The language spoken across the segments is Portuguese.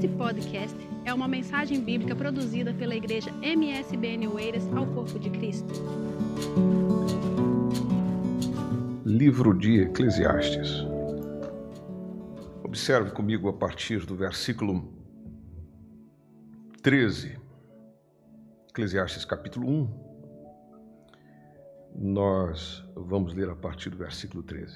Esse podcast é uma mensagem bíblica produzida pela igreja MSBN Oeiras ao Corpo de Cristo. Livro de Eclesiastes. Observe comigo a partir do versículo 13. Eclesiastes capítulo 1. Nós vamos ler a partir do versículo 13.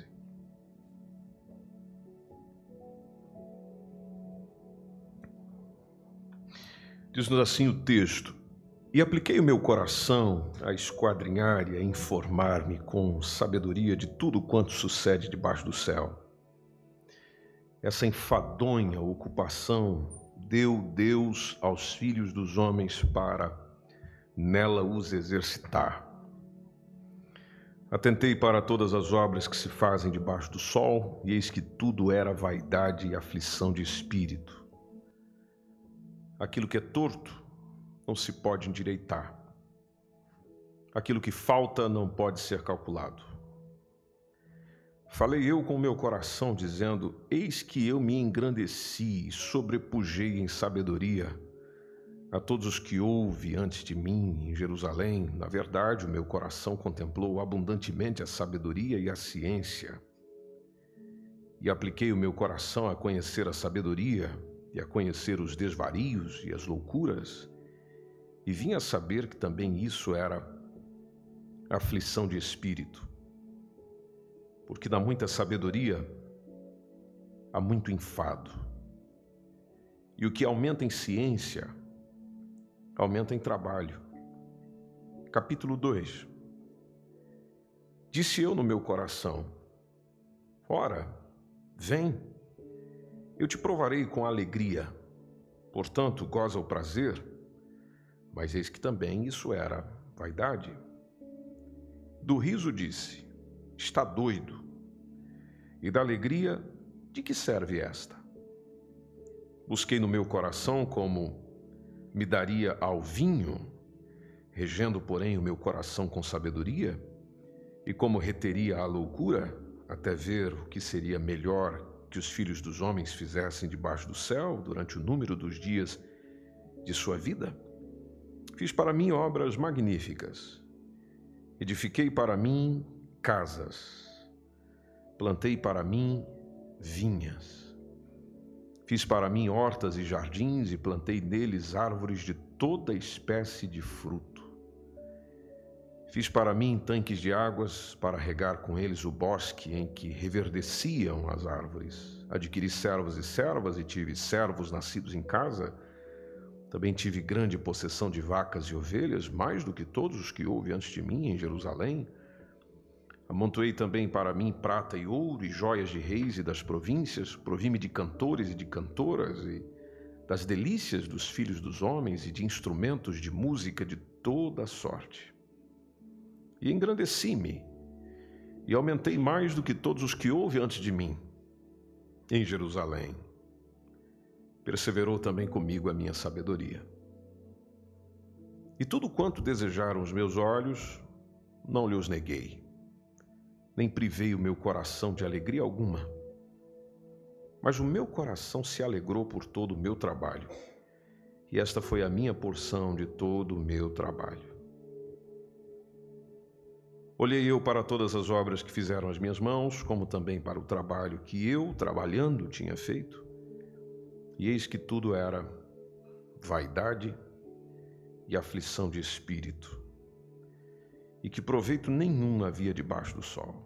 Diz-nos assim o texto: E apliquei o meu coração a esquadrinhar e a informar-me com sabedoria de tudo quanto sucede debaixo do céu. Essa enfadonha ocupação deu Deus aos filhos dos homens para nela os exercitar. Atentei para todas as obras que se fazem debaixo do sol, e eis que tudo era vaidade e aflição de espírito. Aquilo que é torto não se pode endireitar. Aquilo que falta não pode ser calculado. Falei eu com o meu coração, dizendo: Eis que eu me engrandeci e sobrepujei em sabedoria a todos os que houve antes de mim em Jerusalém. Na verdade, o meu coração contemplou abundantemente a sabedoria e a ciência. E apliquei o meu coração a conhecer a sabedoria e a conhecer os desvarios e as loucuras, e vim a saber que também isso era aflição de espírito. Porque na muita sabedoria há muito enfado, e o que aumenta em ciência aumenta em trabalho. Capítulo 2. Disse eu no meu coração: Ora, vem, eu te provarei com alegria, portanto goza o prazer. Mas eis que também isso era vaidade. Do riso disse: Está doido. E da alegria, de que serve esta? Busquei no meu coração como me daria ao vinho, regendo, porém, o meu coração com sabedoria, e como reteria a loucura, até ver o que seria melhor que os filhos dos homens fizessem debaixo do céu durante o número dos dias de sua vida. Fiz para mim obras magníficas, edifiquei para mim casas, plantei para mim vinhas. Fiz para mim hortas e jardins e plantei neles árvores de toda espécie de fruto. Fiz para mim tanques de águas para regar com eles o bosque em que reverdeciam as árvores. Adquiri servos e servas e tive servos nascidos em casa. Também tive grande possessão de vacas e ovelhas, mais do que todos os que houve antes de mim em Jerusalém. Amontoei também para mim prata e ouro e joias de reis e das províncias, provi-me de cantores e de cantoras e das delícias dos filhos dos homens e de instrumentos de música de toda sorte. E engrandeci-me e aumentei mais do que todos os que houve antes de mim em Jerusalém. Perseverou também comigo a minha sabedoria. E tudo quanto desejaram os meus olhos, não lhes neguei, nem privei o meu coração de alegria alguma. Mas o meu coração se alegrou por todo o meu trabalho, e esta foi a minha porção de todo o meu trabalho. Olhei eu para todas as obras que fizeram as minhas mãos, como também para o trabalho que eu, trabalhando, tinha feito, e eis que tudo era vaidade e aflição de espírito, e que proveito nenhum havia debaixo do sol.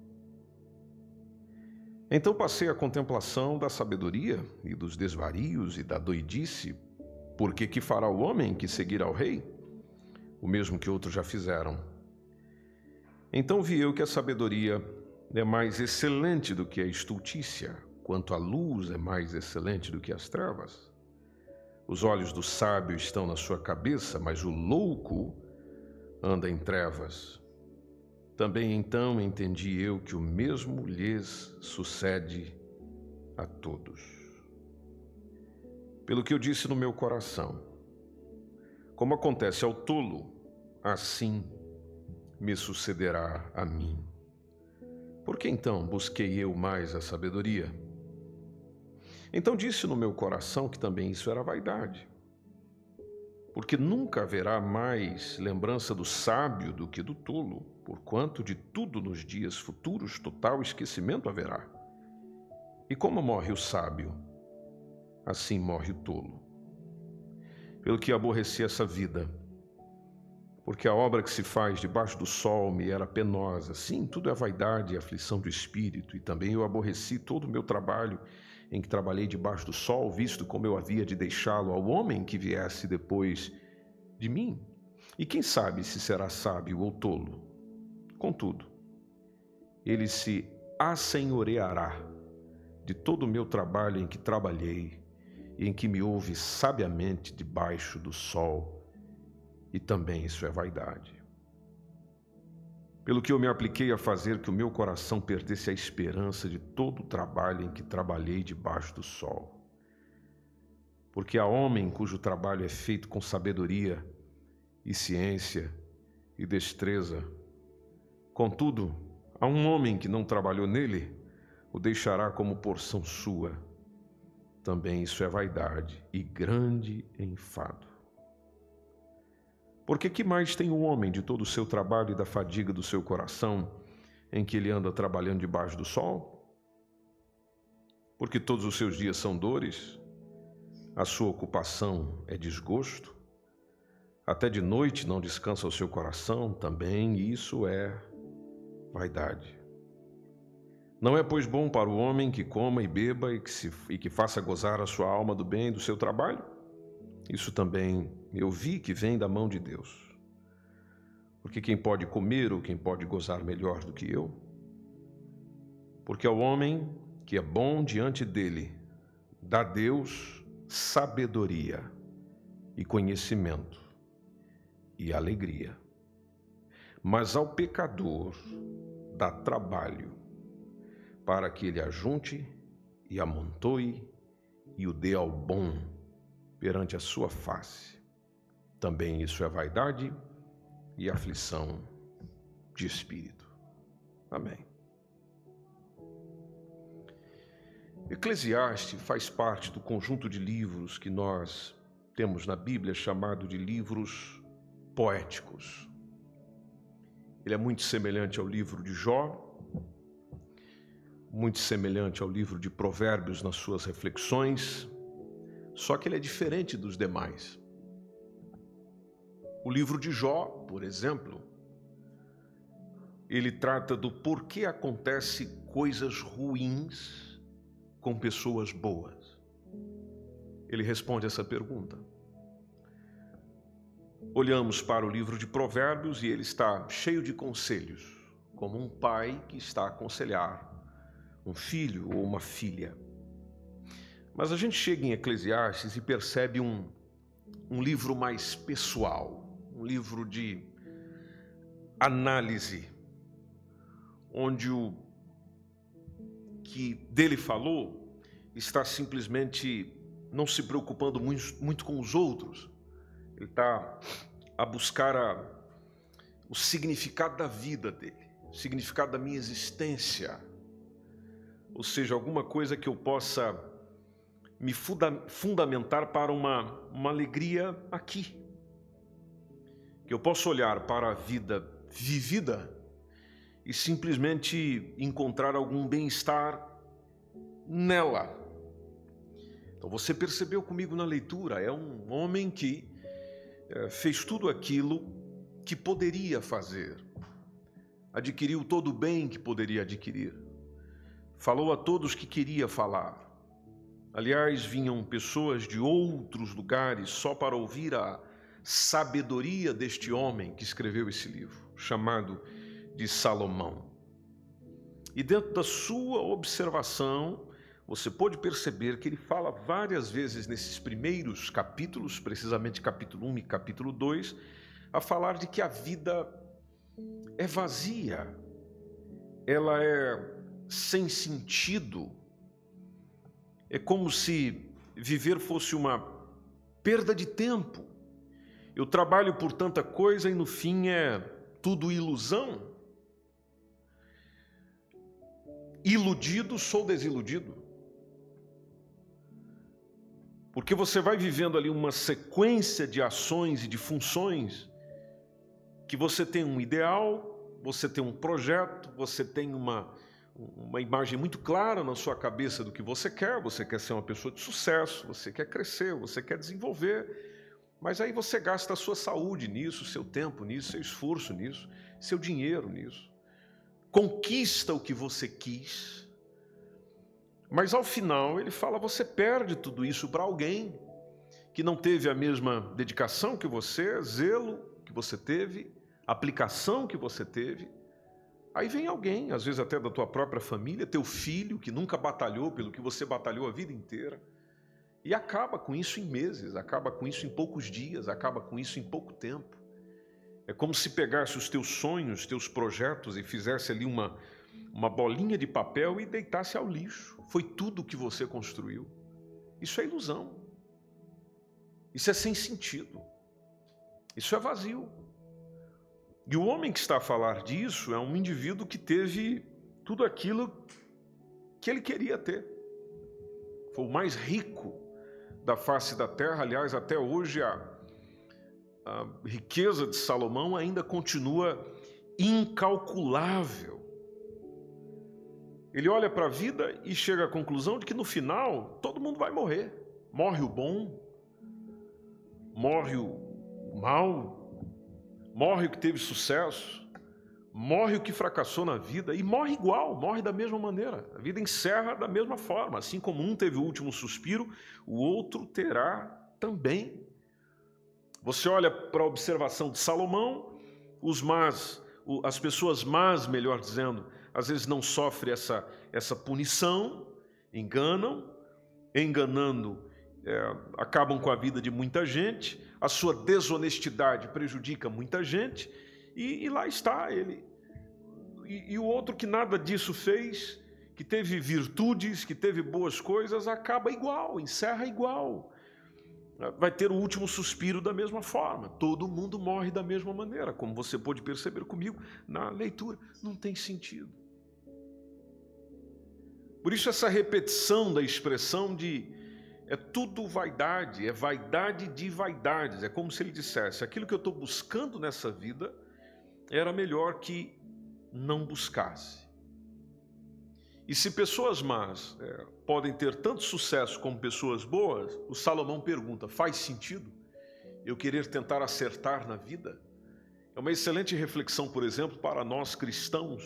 Então passei a contemplação da sabedoria e dos desvarios e da doidice, porque que fará o homem que seguir ao rei? O mesmo que outros já fizeram. Então vi eu que a sabedoria é mais excelente do que a estultícia, quanto a luz é mais excelente do que as trevas. Os olhos do sábio estão na sua cabeça, mas o louco anda em trevas. Também então entendi eu que o mesmo lhes sucede a todos. Pelo que eu disse no meu coração: como acontece ao tolo, assim me sucederá a mim. Por que então busquei eu mais a sabedoria? Então disse no meu coração que também isso era vaidade, porque nunca haverá mais lembrança do sábio do que do tolo, porquanto de tudo nos dias futuros total esquecimento haverá. E como morre o sábio, assim morre o tolo. Pelo que aborreci essa vida, porque a obra que se faz debaixo do sol me era penosa. Sim, tudo é vaidade e aflição do espírito, e também eu aborreci todo o meu trabalho em que trabalhei debaixo do sol, visto como eu havia de deixá-lo ao homem que viesse depois de mim. E quem sabe se será sábio ou tolo? Contudo, ele se assenhoreará de todo o meu trabalho em que trabalhei e em que me houve sabiamente debaixo do sol, e também isso é vaidade. Pelo que eu me apliquei a fazer que o meu coração perdesse a esperança de todo o trabalho em que trabalhei debaixo do sol. Porque há homem cujo trabalho é feito com sabedoria e ciência e destreza. Contudo, há um homem que não trabalhou nele, o deixará como porção sua. Também isso é vaidade e grande enfado. Porque que mais tem o homem de todo o seu trabalho e da fadiga do seu coração, em que ele anda trabalhando debaixo do sol? Porque todos os seus dias são dores, a sua ocupação é desgosto, até de noite não descansa o seu coração, também isso é vaidade. Não é, pois, bom para o homem que coma e beba e que faça gozar a sua alma do bem do seu trabalho? Isso também eu vi que vem da mão de Deus. Porque quem pode comer ou quem pode gozar melhor do que eu? Porque ao homem que é bom diante dele, dá Deus sabedoria e conhecimento e alegria. Mas ao pecador dá trabalho para que ele ajunte e amontoe e o dê ao bom perante a sua face. Também isso é vaidade e aflição de espírito. Amém. Eclesiastes faz parte do conjunto de livros que nós temos na Bíblia chamado de livros poéticos. Ele é muito semelhante ao livro de Jó, muito semelhante ao livro de Provérbios nas suas reflexões, só que ele é diferente dos demais. O livro de Jó, por exemplo, ele trata do porquê acontece coisas ruins com pessoas boas. Ele responde essa pergunta. Olhamos para o livro de Provérbios e ele está cheio de conselhos, como um pai que está a aconselhar um filho ou uma filha. Mas a gente chega em Eclesiastes e percebe um livro mais pessoal, um livro de análise, onde o que dele falou está simplesmente não se preocupando muito com os outros. Ele está a buscar o significado da vida dele, o significado da minha existência, ou seja, alguma coisa que eu possa me fundamentar para uma alegria aqui. Que eu possa olhar para a vida vivida e simplesmente encontrar algum bem-estar nela. Então você percebeu comigo na leitura, é um homem que fez tudo aquilo que poderia fazer. Adquiriu todo o bem que poderia adquirir. Falou a todos que queria falar. Aliás, vinham pessoas de outros lugares só para ouvir a sabedoria deste homem que escreveu esse livro, chamado de Salomão. E dentro da sua observação, você pode perceber que ele fala várias vezes nesses primeiros capítulos, precisamente capítulo 1 e capítulo 2, a falar de que a vida é vazia, ela é sem sentido. É como se viver fosse uma perda de tempo. Eu trabalho por tanta coisa e no fim é tudo ilusão. Iludido, sou desiludido. Porque você vai vivendo ali uma sequência de ações e de funções que você tem um ideal, você tem um projeto, você tem uma imagem muito clara na sua cabeça do que você quer ser uma pessoa de sucesso, você quer crescer, você quer desenvolver, mas aí você gasta a sua saúde nisso, seu tempo nisso, seu esforço nisso, seu dinheiro nisso, conquista o que você quis, mas ao final ele fala, você perde tudo isso para alguém que não teve a mesma dedicação que você, zelo que você teve, aplicação que você teve. Aí vem alguém, às vezes até da tua própria família, teu filho, que nunca batalhou pelo que você batalhou a vida inteira, e acaba com isso em meses, acaba com isso em poucos dias, acaba com isso em pouco tempo. É como se pegasse os teus sonhos, teus projetos e fizesse ali uma bolinha de papel e deitasse ao lixo. Foi tudo que você construiu. Isso é ilusão. Isso é sem sentido. Isso é vazio. E o homem que está a falar disso é um indivíduo que teve tudo aquilo que ele queria ter. Foi o mais rico da face da terra. Aliás, até hoje a riqueza de Salomão ainda continua incalculável. Ele olha para a vida e chega à conclusão de que no final todo mundo vai morrer. Morre o bom, morre o mal, morre o que teve sucesso, morre o que fracassou na vida e morre igual, morre da mesma maneira. A vida encerra da mesma forma. Assim como um teve o último suspiro, o outro terá também. Você olha para a observação de Salomão, as pessoas más, melhor dizendo, às vezes não sofrem essa punição, enganando, acabam com a vida de muita gente, a sua desonestidade prejudica muita gente, e lá está ele. E o outro que nada disso fez, que teve virtudes, que teve boas coisas, acaba igual, encerra igual. Vai ter o último suspiro da mesma forma. Todo mundo morre da mesma maneira, como você pôde perceber comigo na leitura. Não tem sentido. Por isso essa repetição da expressão de é tudo vaidade, é vaidade de vaidades. É como se ele dissesse, aquilo que eu estou buscando nessa vida era melhor que não buscasse. E se pessoas más podem ter tanto sucesso como pessoas boas, o Salomão pergunta, faz sentido eu querer tentar acertar na vida? É uma excelente reflexão, por exemplo, para nós cristãos.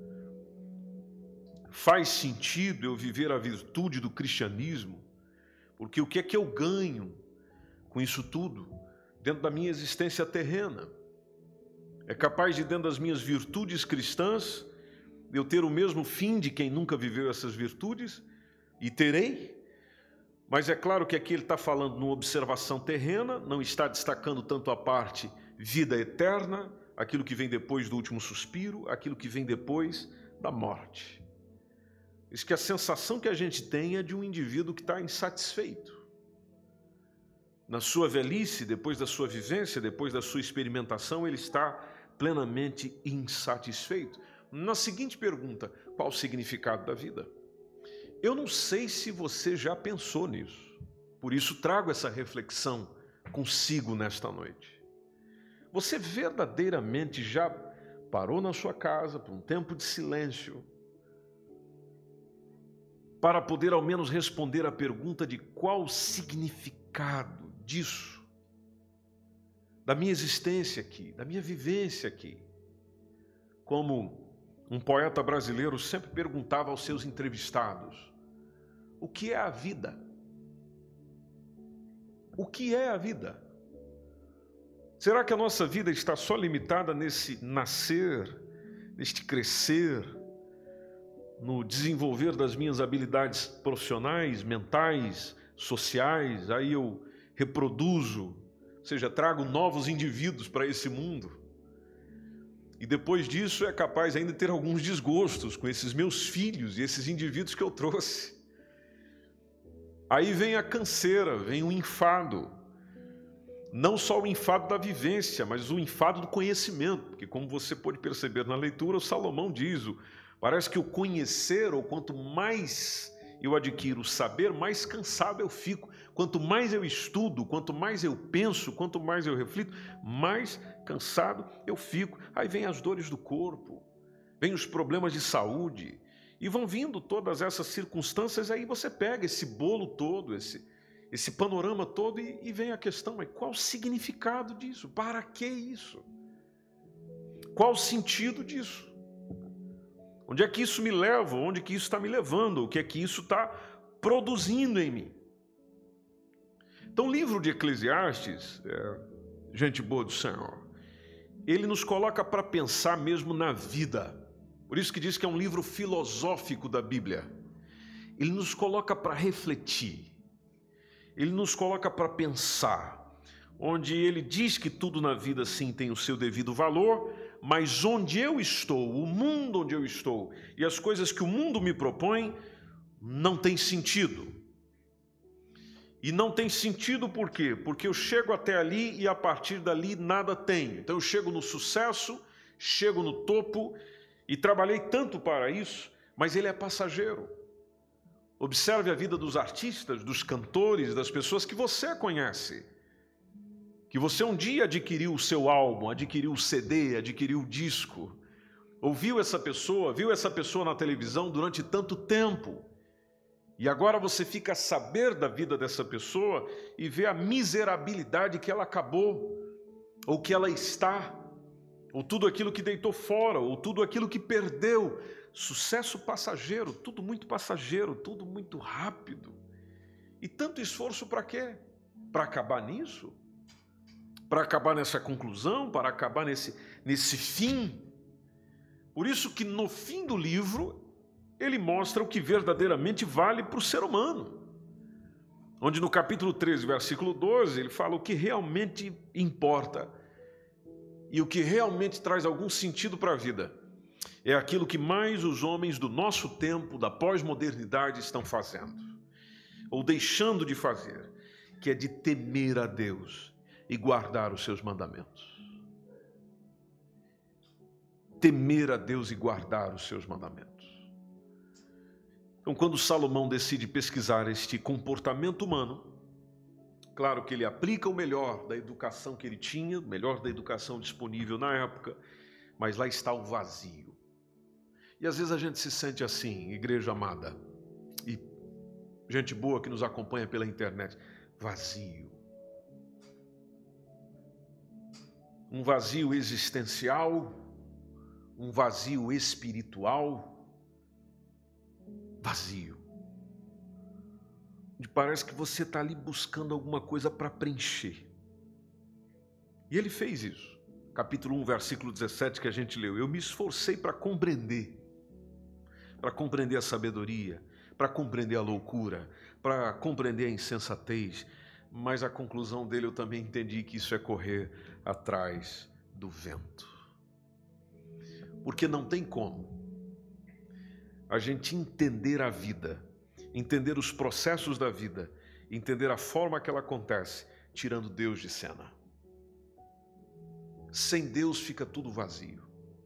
Faz sentido eu viver a virtude do cristianismo? Porque o que é que eu ganho com isso tudo dentro da minha existência terrena? É capaz de, dentro das minhas virtudes cristãs, eu ter o mesmo fim de quem nunca viveu essas virtudes? E terei? Mas é claro que aqui ele está falando numa observação terrena, não está destacando tanto a parte vida eterna, aquilo que vem depois do último suspiro, aquilo que vem depois da morte. Diz que a sensação que a gente tem é de um indivíduo que está insatisfeito. Na sua velhice, depois da sua vivência, depois da sua experimentação, ele está plenamente insatisfeito. Na seguinte pergunta, qual o significado da vida? Eu não sei se você já pensou nisso, por isso trago essa reflexão consigo nesta noite. Você verdadeiramente já parou na sua casa por um tempo de silêncio para poder ao menos responder a pergunta de qual o significado disso, da minha existência aqui, da minha vivência aqui? Como um poeta brasileiro sempre perguntava aos seus entrevistados, o que é a vida? O que é a vida? Será que a nossa vida está só limitada nesse nascer, neste crescer, no desenvolver das minhas habilidades profissionais, mentais, sociais? Aí eu reproduzo, ou seja, trago novos indivíduos para esse mundo. E depois disso é capaz ainda de ter alguns desgostos com esses meus filhos e esses indivíduos que eu trouxe. Aí vem a canseira, vem o enfado. Não só o enfado da vivência, mas o enfado do conhecimento. Porque como você pode perceber na leitura, o Salomão diz, parece que o conhecer, ou quanto mais eu adquiro saber, mais cansado eu fico. Quanto mais eu estudo, quanto mais eu penso, quanto mais eu reflito, mais cansado eu fico. Aí vem as dores do corpo, vem os problemas de saúde, e vão vindo todas essas circunstâncias. Aí você pega esse bolo todo, esse panorama todo, e vem a questão: mas qual o significado disso? Para que isso? Qual o sentido disso? Onde é que isso me leva? Onde que isso está me levando? O que é que isso está produzindo em mim? Então, o livro de Eclesiastes, gente boa do Senhor, ele nos coloca para pensar mesmo na vida. Por isso que diz que é um livro filosófico da Bíblia. Ele nos coloca para refletir. Ele nos coloca para pensar. Onde ele diz que tudo na vida sim tem o seu devido valor, mas onde eu estou, o mundo onde eu estou e as coisas que o mundo me propõe não tem sentido. E não tem sentido por quê? Porque eu chego até ali e a partir dali nada tenho. Então eu chego no sucesso, chego no topo e trabalhei tanto para isso, mas ele é passageiro. Observe a vida dos artistas, dos cantores, das pessoas que você conhece. Que você um dia adquiriu o seu álbum, adquiriu o CD, adquiriu o disco. Ouviu essa pessoa, viu essa pessoa na televisão durante tanto tempo. E agora você fica a saber da vida dessa pessoa e vê a miserabilidade que ela acabou, ou que ela está, ou tudo aquilo que deitou fora, ou tudo aquilo que perdeu. Sucesso passageiro, tudo muito passageiro, tudo muito rápido. E tanto esforço para quê? Para acabar nisso? Para acabar nessa conclusão? Para acabar nesse fim? Por isso que no fim do livro ele mostra o que verdadeiramente vale para o ser humano. Onde no capítulo 13, versículo 12, ele fala o que realmente importa e o que realmente traz algum sentido para a vida. É aquilo que mais os homens do nosso tempo, da pós-modernidade, estão fazendo, ou deixando de fazer, que é de temer a Deus e guardar os seus mandamentos. Temer a Deus e guardar os seus mandamentos. Então, quando Salomão decide pesquisar este comportamento humano, claro que ele aplica o melhor da educação que ele tinha, o melhor da educação disponível na época, mas lá está o vazio. E às vezes a gente se sente assim, igreja amada, e gente boa que nos acompanha pela internet, vazio. Um vazio existencial, um vazio espiritual, vazio. Parece que você está ali buscando alguma coisa para preencher. E ele fez isso. Capítulo 1, versículo 17 que a gente leu. Eu me esforcei para compreender a sabedoria, para compreender a loucura, para compreender a insensatez, mas a conclusão dele eu também entendi que isso é correr atrás do vento. Porque não tem como a gente entender a vida, entender os processos da vida, entender a forma que ela acontece, tirando Deus de cena. Sem Deus fica tudo vazio.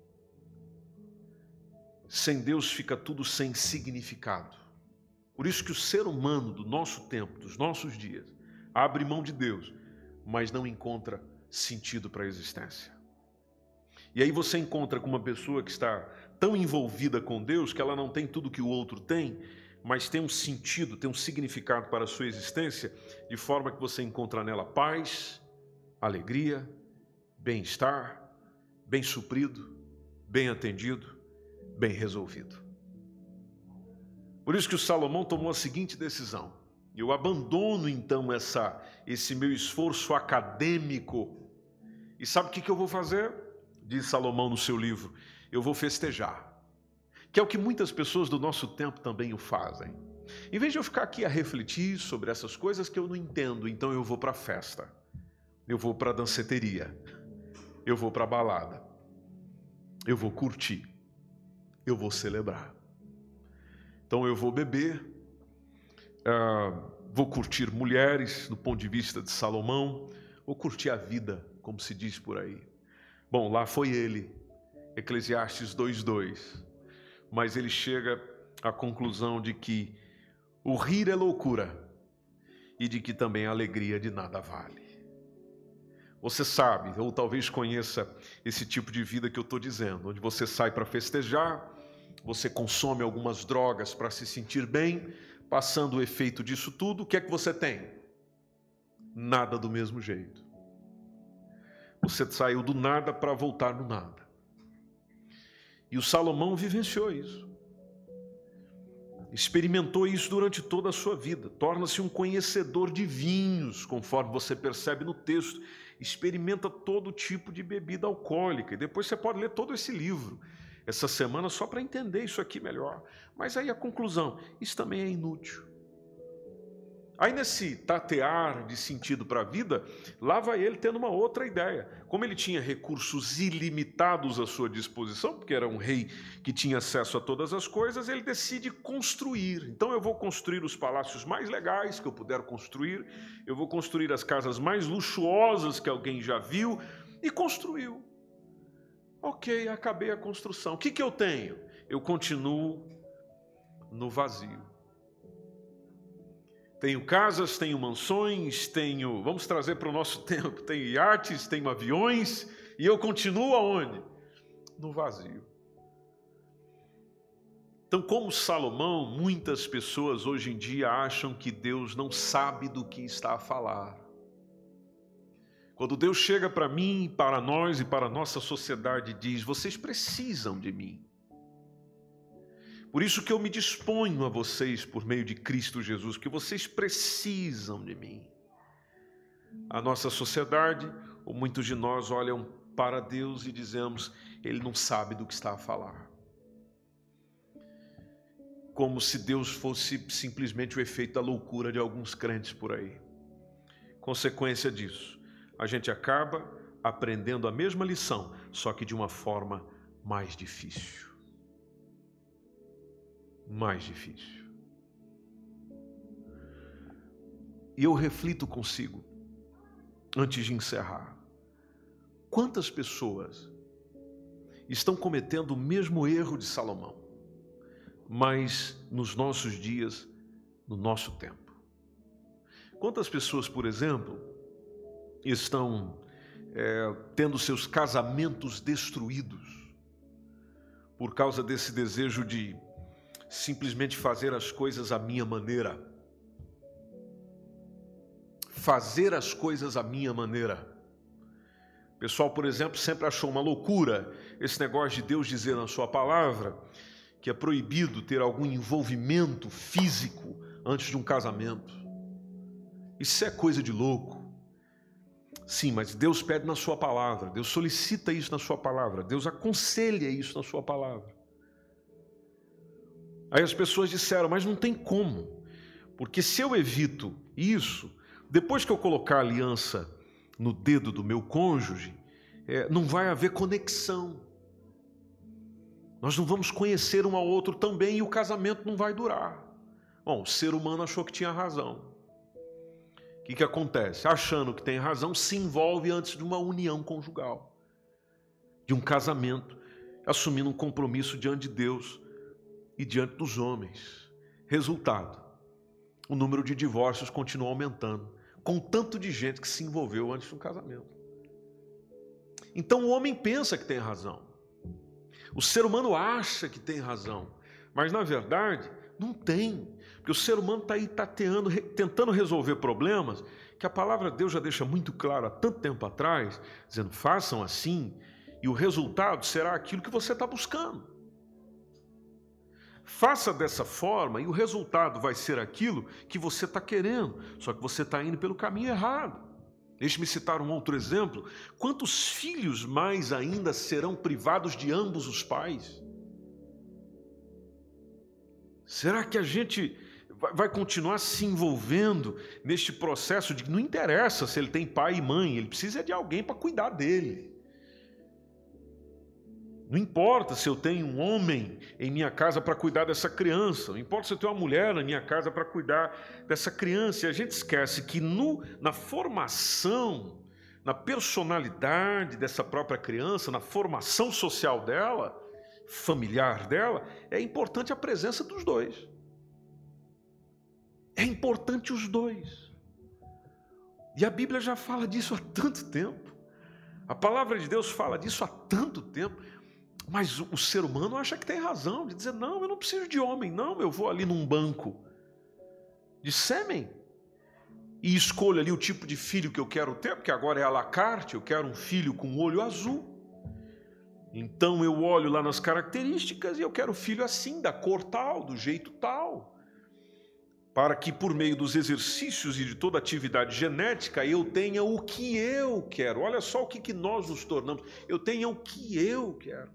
Sem Deus fica tudo sem significado. Por isso que o ser humano do nosso tempo, dos nossos dias, abre mão de Deus, mas não encontra sentido para a existência. E aí você encontra com uma pessoa que está tão envolvida com Deus que ela não tem tudo que o outro tem, mas tem um sentido, tem um significado para a sua existência, de forma que você encontra nela paz, alegria, bem-estar, bem suprido, bem atendido, bem resolvido. Por isso que o Salomão tomou a seguinte decisão: eu abandono então esse meu esforço acadêmico, e sabe o que eu vou fazer? Diz Salomão no seu livro, eu vou festejar, que é o que muitas pessoas do nosso tempo também o fazem. Em vez de eu ficar aqui a refletir sobre essas coisas que eu não entendo, então eu vou para a festa, eu vou para a danceteria, eu vou para a balada, eu vou curtir, eu vou celebrar. Então eu vou beber, vou curtir mulheres do ponto de vista de Salomão, vou curtir a vida, como se diz por aí. Bom, lá foi ele, Eclesiastes 2:2, mas ele chega à conclusão de que o rir é loucura e de que também a alegria de nada vale. Você sabe, ou talvez conheça esse tipo de vida que eu estou dizendo, onde você sai para festejar, você consome algumas drogas para se sentir bem, passando o efeito disso tudo, o que é que você tem? Nada do mesmo jeito. Você saiu do nada para voltar no nada. E o Salomão vivenciou isso. Experimentou isso durante toda a sua vida. Torna-se um conhecedor de vinhos, conforme você percebe no texto. Experimenta todo tipo de bebida alcoólica. E depois você pode ler todo esse livro essa semana só para entender isso aqui melhor. Mas aí a conclusão, isso também é inútil. Aí nesse tatear de sentido para a vida, lá vai ele tendo uma outra ideia. Como ele tinha recursos ilimitados à sua disposição, porque era um rei que tinha acesso a todas as coisas, ele decide construir. Então eu vou construir os palácios mais legais que eu puder construir, eu vou construir as casas mais luxuosas que alguém já viu, e construiu. Ok, acabei a construção. O que eu tenho? Eu continuo no vazio. Tenho casas, tenho mansões, vamos trazer para o nosso tempo, tenho iates, tenho aviões, e eu continuo aonde? No vazio. Então, como Salomão, muitas pessoas hoje em dia acham que Deus não sabe do que está a falar. Quando Deus chega para mim, para nós e para a nossa sociedade e diz, vocês precisam de mim. Por isso que eu me disponho a vocês por meio de Cristo Jesus, que vocês precisam de mim. A nossa sociedade, ou muitos de nós olham para Deus e dizemos, Ele não sabe do que está a falar. Como se Deus fosse simplesmente o efeito da loucura de alguns crentes por aí. Consequência disso, a gente acaba aprendendo a mesma lição, só que de uma forma mais difícil. Mais difícil. E eu reflito consigo, antes de encerrar, quantas pessoas estão cometendo o mesmo erro de Salomão, mas nos nossos dias, no nosso tempo? Quantas pessoas, por exemplo, estão tendo seus casamentos destruídos por causa desse desejo de simplesmente fazer as coisas à minha maneira. Fazer as coisas à minha maneira. O pessoal, por exemplo, sempre achou uma loucura esse negócio de Deus dizer na sua palavra que é proibido ter algum envolvimento físico antes de um casamento. Isso é coisa de louco. Sim, mas Deus pede na sua palavra, Deus solicita isso na sua palavra, Deus aconselha isso na sua palavra. Aí as pessoas disseram, mas não tem como, porque se eu evito isso, depois que eu colocar a aliança no dedo do meu cônjuge, não vai haver conexão. Nós não vamos conhecer um ao outro também e o casamento não vai durar. Bom, o ser humano achou que tinha razão. O que acontece? Achando que tem razão, se envolve antes de uma união conjugal, de um casamento, assumindo um compromisso diante de Deus e diante dos homens. Resultado, o número de divórcios continua aumentando, com tanto de gente que se envolveu antes de um casamento. Então o homem pensa que tem razão. O ser humano acha que tem razão, mas na verdade não tem. Porque o ser humano está aí tateando, tentando resolver problemas que a palavra de Deus já deixa muito claro há tanto tempo atrás, dizendo, façam assim, e o resultado será aquilo que você está buscando. Faça dessa forma e o resultado vai ser aquilo que você está querendo, só que você está indo pelo caminho errado. Deixe-me citar um outro exemplo. Quantos filhos mais ainda serão privados de ambos os pais? Será que a gente vai continuar se envolvendo neste processo de que não interessa se ele tem pai e mãe, ele precisa de alguém para cuidar dele. Não importa se eu tenho um homem em minha casa para cuidar dessa criança, não importa se eu tenho uma mulher na minha casa para cuidar dessa criança. E a gente esquece que na formação, na personalidade dessa própria criança, na formação social dela, familiar dela, é importante a presença dos dois. É importante os dois. E a Bíblia já fala disso há tanto tempo. A palavra de Deus fala disso há tanto tempo. Mas o ser humano acha que tem razão de dizer, não, eu não preciso de homem, não, eu vou ali num banco de sêmen e escolho ali o tipo de filho que eu quero ter, porque agora é à la carte, eu quero um filho com olho azul. Então eu olho lá nas características e eu quero filho assim, da cor tal, do jeito tal, para que por meio dos exercícios e de toda atividade genética eu tenha o que eu quero. Olha só o que nós nos tornamos, eu tenha o que eu quero.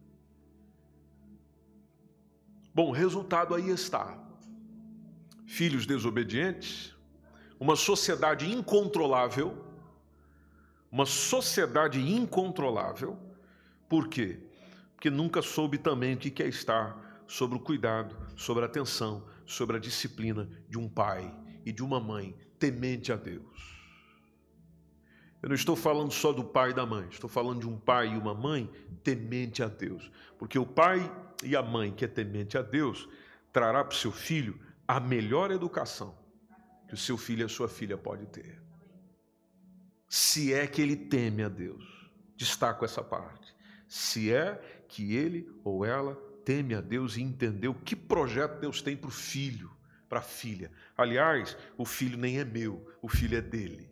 Bom, o resultado aí está. Filhos desobedientes, uma sociedade incontrolável. Uma sociedade incontrolável. Por quê? Porque nunca soube também o que é estar sob o cuidado, sobre a atenção, sobre a disciplina de um pai e de uma mãe temente a Deus. Eu não estou falando só do pai e da mãe, estou falando de um pai e uma mãe temente a Deus. Porque o pai e a mãe que é temente a Deus trará para o seu filho a melhor educação que o seu filho e a sua filha pode ter. Se é que ele teme a Deus. Destaco essa parte. Se é que ele ou ela teme a Deus e entendeu que projeto Deus tem para o filho, para a filha. Aliás, o filho nem é meu, o filho é dele.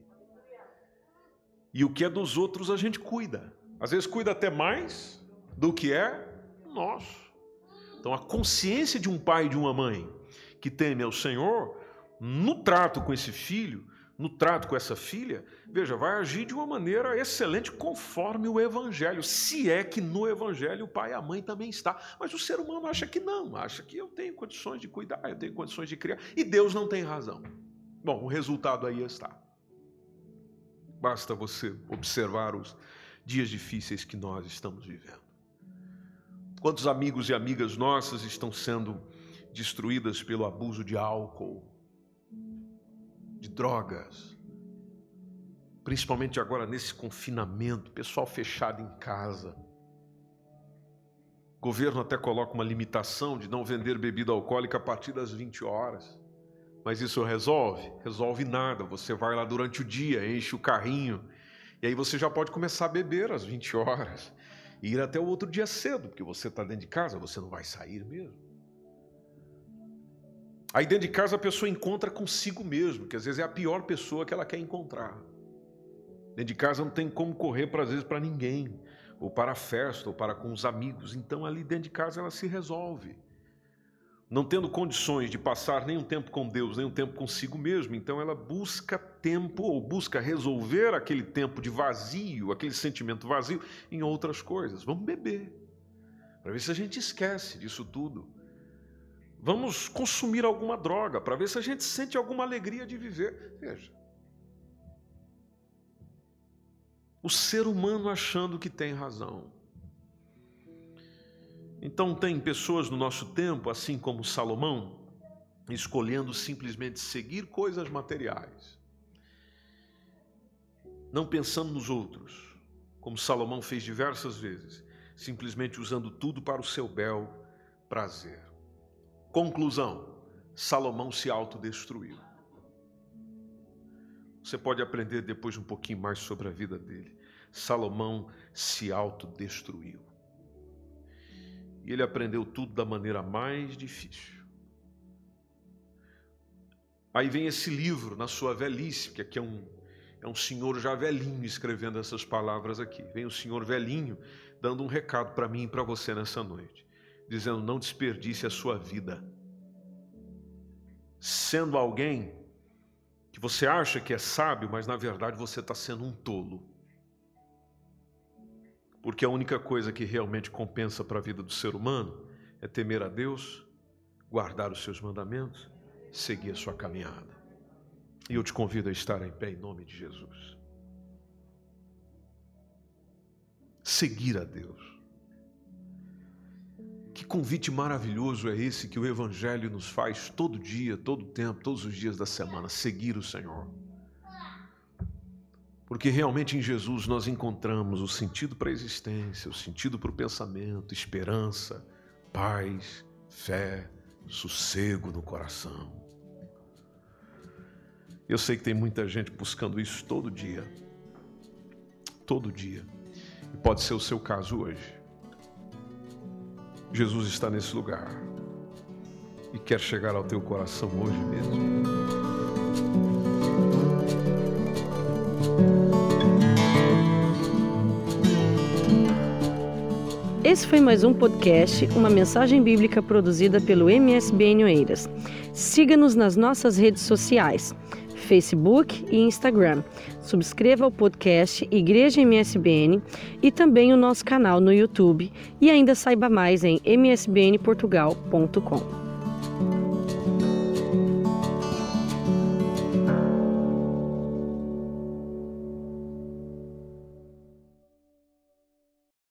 E o que é dos outros a gente cuida. Às vezes cuida até mais do que é nosso. Então a consciência de um pai e de uma mãe que teme ao Senhor, no trato com esse filho, no trato com essa filha, veja, vai agir de uma maneira excelente conforme o Evangelho. Se é que no Evangelho o pai e a mãe também está. Mas o ser humano acha que não, acha que eu tenho condições de cuidar, eu tenho condições de criar. E Deus não tem razão. Bom, o resultado aí está. Basta você observar os dias difíceis que nós estamos vivendo. Quantos amigos e amigas nossas estão sendo destruídas pelo abuso de álcool, de drogas, principalmente agora nesse confinamento, pessoal fechado em casa. O governo até coloca uma limitação de não vender bebida alcoólica a partir das 20 horas. Mas isso resolve? Resolve nada. Você vai lá durante o dia, enche o carrinho, e aí você já pode começar a beber às 20 horas. E ir até o outro dia cedo, porque você está dentro de casa, você não vai sair mesmo. Aí dentro de casa a pessoa encontra consigo mesmo, que às vezes é a pior pessoa que ela quer encontrar. Dentro de casa não tem como correr, às vezes, para ninguém, ou para a festa, ou para com os amigos. Então ali dentro de casa ela se resolve. Não tendo condições de passar nenhum tempo com Deus, nenhum tempo consigo mesmo, então ela busca tempo, ou busca resolver aquele tempo de vazio, aquele sentimento vazio, em outras coisas. Vamos beber, para ver se a gente esquece disso tudo. Vamos consumir alguma droga, para ver se a gente sente alguma alegria de viver. Veja, o ser humano achando que tem razão. Então tem pessoas no nosso tempo, assim como Salomão, escolhendo simplesmente seguir coisas materiais, não pensando nos outros, como Salomão fez diversas vezes, simplesmente usando tudo para o seu bel prazer. Conclusão, Salomão se autodestruiu. Você pode aprender depois um pouquinho mais sobre a vida dele. Salomão se autodestruiu. E ele aprendeu tudo da maneira mais difícil. Aí vem esse livro, na sua velhice, que aqui é um senhor já velhinho escrevendo essas palavras aqui. Vem o senhor velhinho dando um recado para mim e para você nessa noite, dizendo: não desperdice a sua vida sendo alguém que você acha que é sábio, mas na verdade você está sendo um tolo. Porque a única coisa que realmente compensa para a vida do ser humano é temer a Deus, guardar os seus mandamentos, seguir a sua caminhada. E eu te convido a estar em pé em nome de Jesus. Seguir a Deus. Que convite maravilhoso é esse que o Evangelho nos faz todo dia, todo tempo, todos os dias da semana, seguir o Senhor. Porque realmente em Jesus nós encontramos o sentido para a existência, o sentido para o pensamento, esperança, paz, fé, sossego no coração. Eu sei que tem muita gente buscando isso todo dia. Todo dia. E pode ser o seu caso hoje. Jesus está nesse lugar e quer chegar ao teu coração hoje mesmo. Esse foi mais um podcast, uma mensagem bíblica produzida pelo MSBN Oeiras. Siga-nos nas nossas redes sociais, Facebook e Instagram. Subscreva o podcast Igreja MSBN e também o nosso canal no YouTube. E ainda saiba mais em msbnportugal.com.